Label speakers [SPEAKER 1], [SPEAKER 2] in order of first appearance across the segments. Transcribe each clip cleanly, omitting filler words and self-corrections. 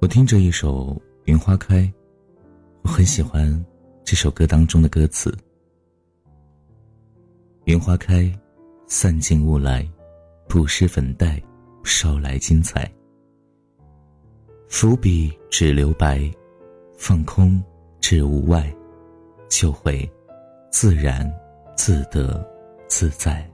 [SPEAKER 1] 我听着一首《云花开》，我很喜欢这首歌当中的歌词。云花开，散尽雾来，不施粉黛，捎来精彩。伏笔只留白，放空至无外，就会自然自得自在。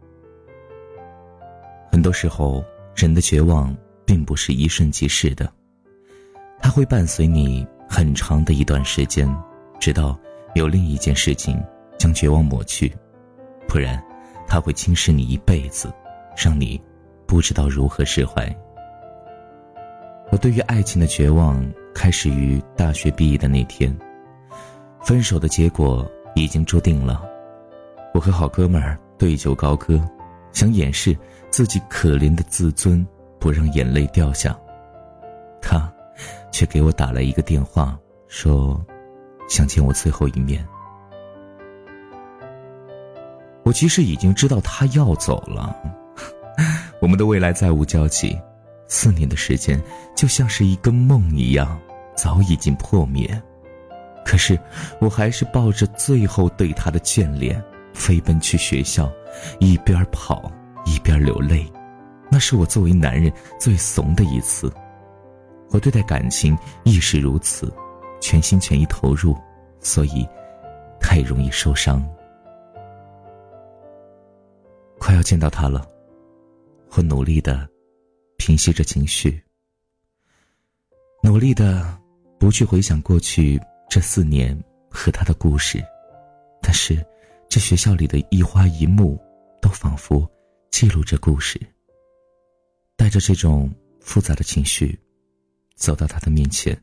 [SPEAKER 1] 很多时候，人的绝望并不是一瞬即逝的，它会伴随你很长的一段时间，直到有另一件事情将绝望抹去，不然它会侵蚀你一辈子，让你不知道如何释怀。我对于爱情的绝望开始于大学毕业的那天，分手的结果已经注定了。我和好哥们儿对酒高歌，想掩饰自己可怜的自尊，不让眼泪掉下。他却给我打了一个电话，说想见我最后一面。我其实已经知道他要走了，我们的未来再无交集，4年的时间就像是一个梦一样，早已经破灭。可是我还是抱着最后对他的眷恋，飞奔去学校，一边跑一边流泪。那是我作为男人最怂的一次。我对待感情亦是如此，全心全意投入，所以太容易受伤。快要见到他了，我努力地平息着情绪，努力地不去回想过去这4年和他的故事，但是这学校里的一花一木都仿佛记录着故事。带着这种复杂的情绪走到他的面前。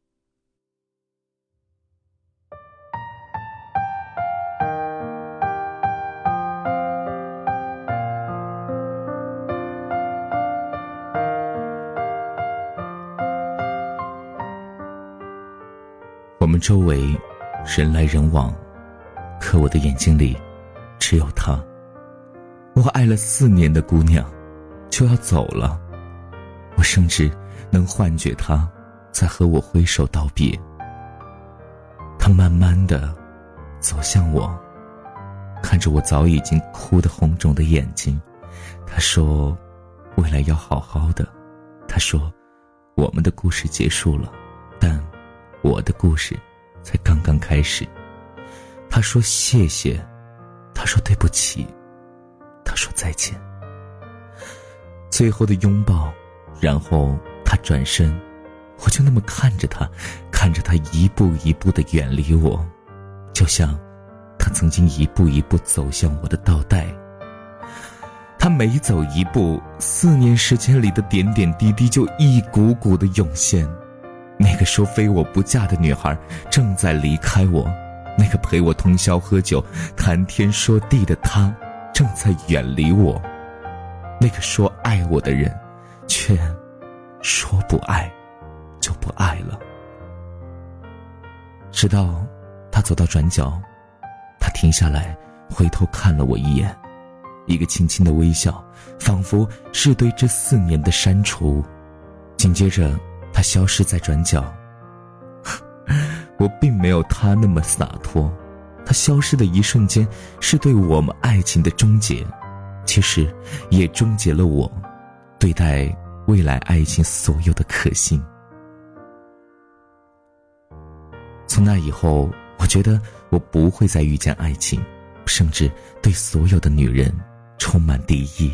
[SPEAKER 1] 我们周围人来人往，可我的眼睛里只有他。我爱了4年的姑娘就要走了，我甚至能幻觉他在和我挥手道别。他慢慢地走向我，看着我早已经哭得红肿的眼睛，他说未来要好好的。他说我们的故事结束了，但我的故事才刚刚开始。他说谢谢，他说对不起，他说再见。最后的拥抱，然后他转身，我就那么看着他，看着他一步一步地远离我，就像他曾经一步一步走向我的倒带。他每走一步，4年时间里的点点滴滴就一股股地涌现。那个说非我不嫁的女孩正在离开我，那个陪我通宵喝酒谈天说地的他正在远离我，那个说爱我的人却说不爱就不爱了。直到他走到转角，他停下来回头看了我一眼，一个轻轻的微笑，仿佛是对这4年的删除。紧接着他消失在转角。我并没有他那么洒脱，他消失的一瞬间是对我们爱情的终结，其实也终结了我对待未来爱情所有的可信。从那以后，我觉得我不会再遇见爱情，甚至对所有的女人充满敌意。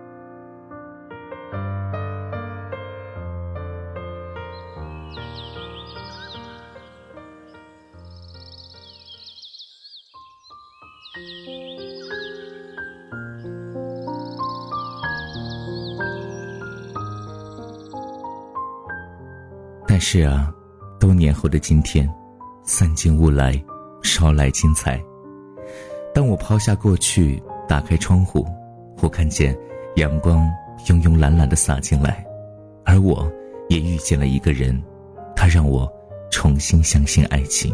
[SPEAKER 1] 但是啊，多年后的今天，散尽雾来，捎来精彩。当我抛下过去，打开窗户，我看见阳光慵慵懒懒地洒进来，而我也遇见了一个人，他让我重新相信爱情，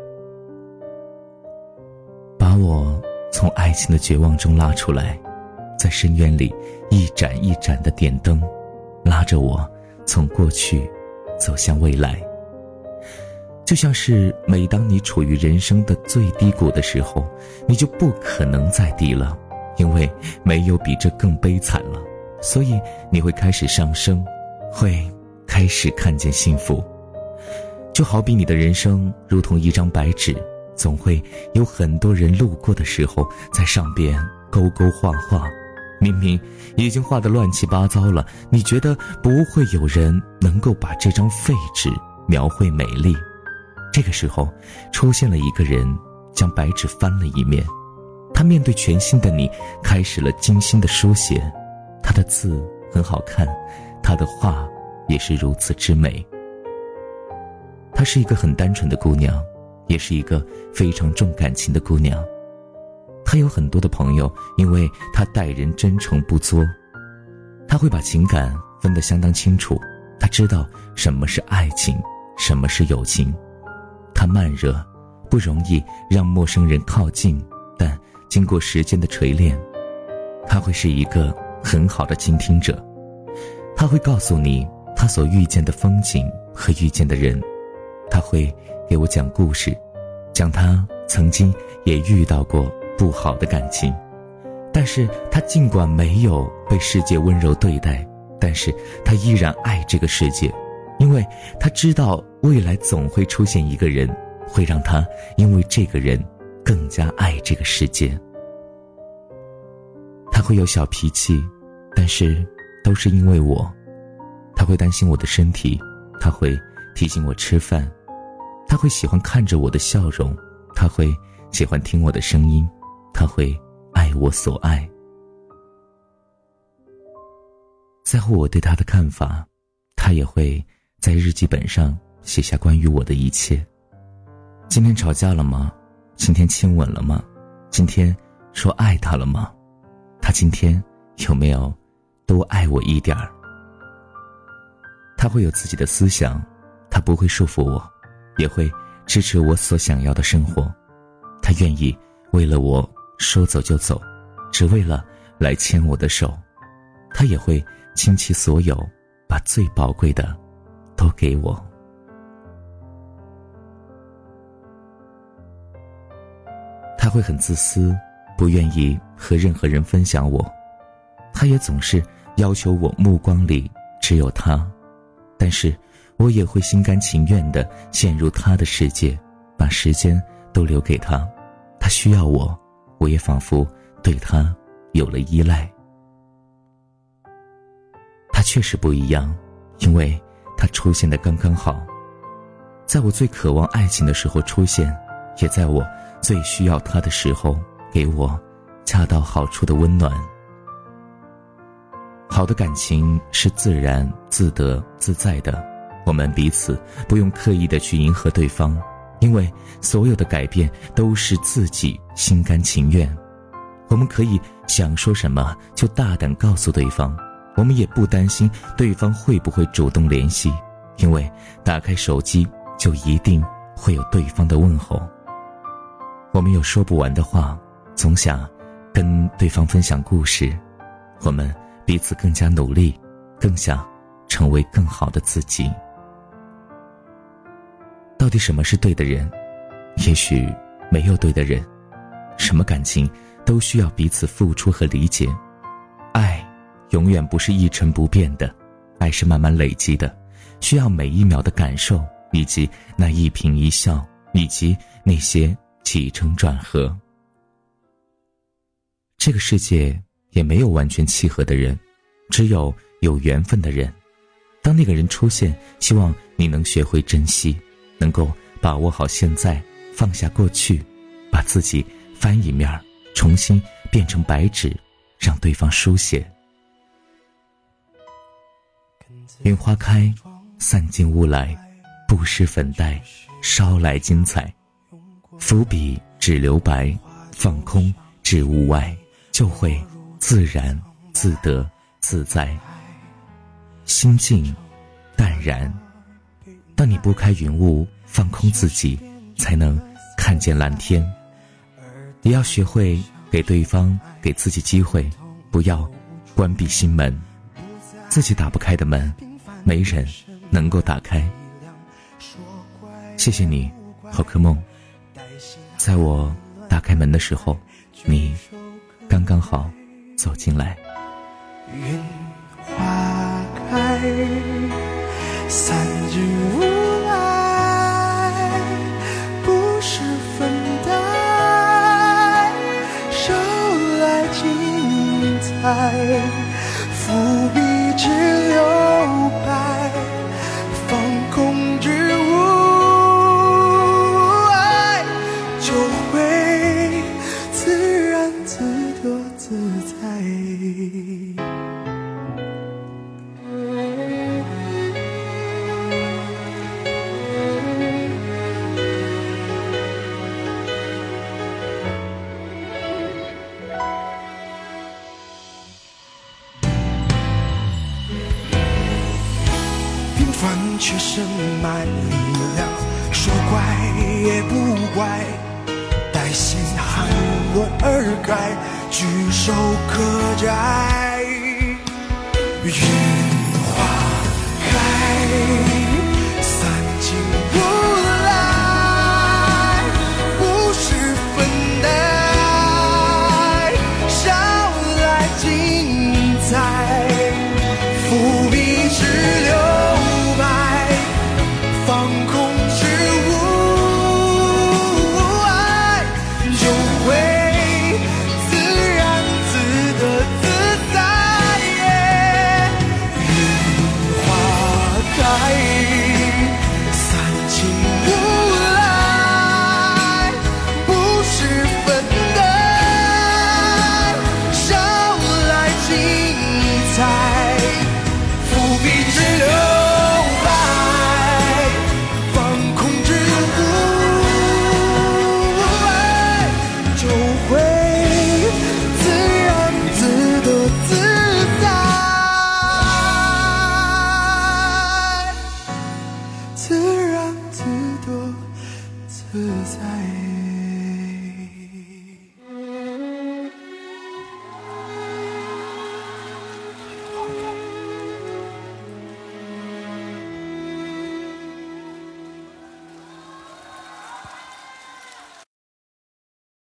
[SPEAKER 1] 把我从爱情的绝望中拉出来，在深渊里一盏一盏的点灯，拉着我从过去走向未来。就像是每当你处于人生的最低谷的时候，你就不可能再低了，因为没有比这更悲惨了，所以你会开始上升，会开始看见幸福。就好比你的人生如同一张白纸，总会有很多人路过的时候在上边勾勾画画，明明已经画得乱七八糟了，你觉得不会有人能够把这张废纸描绘美丽。这个时候出现了一个人，将白纸翻了一面，他面对全新的你开始了精心的书写，他的字很好看，他的画也是如此之美。她是一个很单纯的姑娘，也是一个非常重感情的姑娘。她有很多的朋友，因为她待人真诚不作，她会把情感分得相当清楚，她知道什么是爱情，什么是友情。她慢热，不容易让陌生人靠近，但经过时间的锤炼，她会是一个很好的倾听者。她会告诉你她所遇见的风景和遇见的人，她会给我讲故事，讲她曾经也遇到过不好的感情，但是她尽管没有被世界温柔对待，但是她依然爱这个世界，因为她知道未来总会出现一个人，会让她因为这个人更加爱这个世界。她会有小脾气，但是都是因为我。她会担心我的身体，她会提醒我吃饭，她会喜欢看着我的笑容，她会喜欢听我的声音，她会爱我所爱。在乎我对她的看法，她也会在日记本上写下关于我的一切。今天吵架了吗？今天亲吻了吗？今天说爱她了吗？她今天有没有多爱我一点儿？她会有自己的思想，她不会束缚我，也会支持我所想要的生活。她愿意为了我说走就走，只为了来牵我的手。她也会倾其所有，把最宝贵的都给我。她会很自私，不愿意和任何人分享我。她也总是要求我目光里只有她，但是我也会心甘情愿地陷入她的世界，把时间都留给她。她需要我，我也仿佛对她有了依赖。她确实不一样，因为她出现得刚刚好，在我最渴望爱情的时候出现，也在我最需要她的时候给我恰到好处的温暖。好的感情是自然、自得、自在的，我们彼此不用刻意的去迎合对方，因为所有的改变都是自己心甘情愿。我们可以想说什么就大胆告诉对方，我们也不担心对方会不会主动联系，因为打开手机就一定会有对方的问候。我们有说不完的话，总想跟对方分享故事，我们彼此更加努力，更想成为更好的自己。到底什么是对的人？也许没有对的人，什么感情都需要彼此付出和理解。爱永远不是一成不变的，爱是慢慢累积的，需要每一秒的感受，以及那一颦一笑，以及那些起承转合。这个世界也没有完全契合的人，只有有缘分的人。当那个人出现，希望你能学会珍惜，能够把握好现在，放下过去，把自己翻一面，重新变成白纸，让对方书写。云花开，散尽乌来，不施粉黛，捎来精彩。伏笔只留白，放空至物外，就会自然、自得、自在。心静淡然，当你拨开云雾，放空自己，才能看见蓝天。也要学会给对方、给自己机会，不要关闭心门。自己打不开的门，没人能够打开。谢谢你，好客梦，在我打开门的时候，你刚刚好走进来。
[SPEAKER 2] 云花开，散日无来，不是粉黛，手来精彩，伏笔只留白，放空之无爱，就会自然自得自在。平凡却深埋力量，说怪也不怪，待心寒论而改，举手可摘。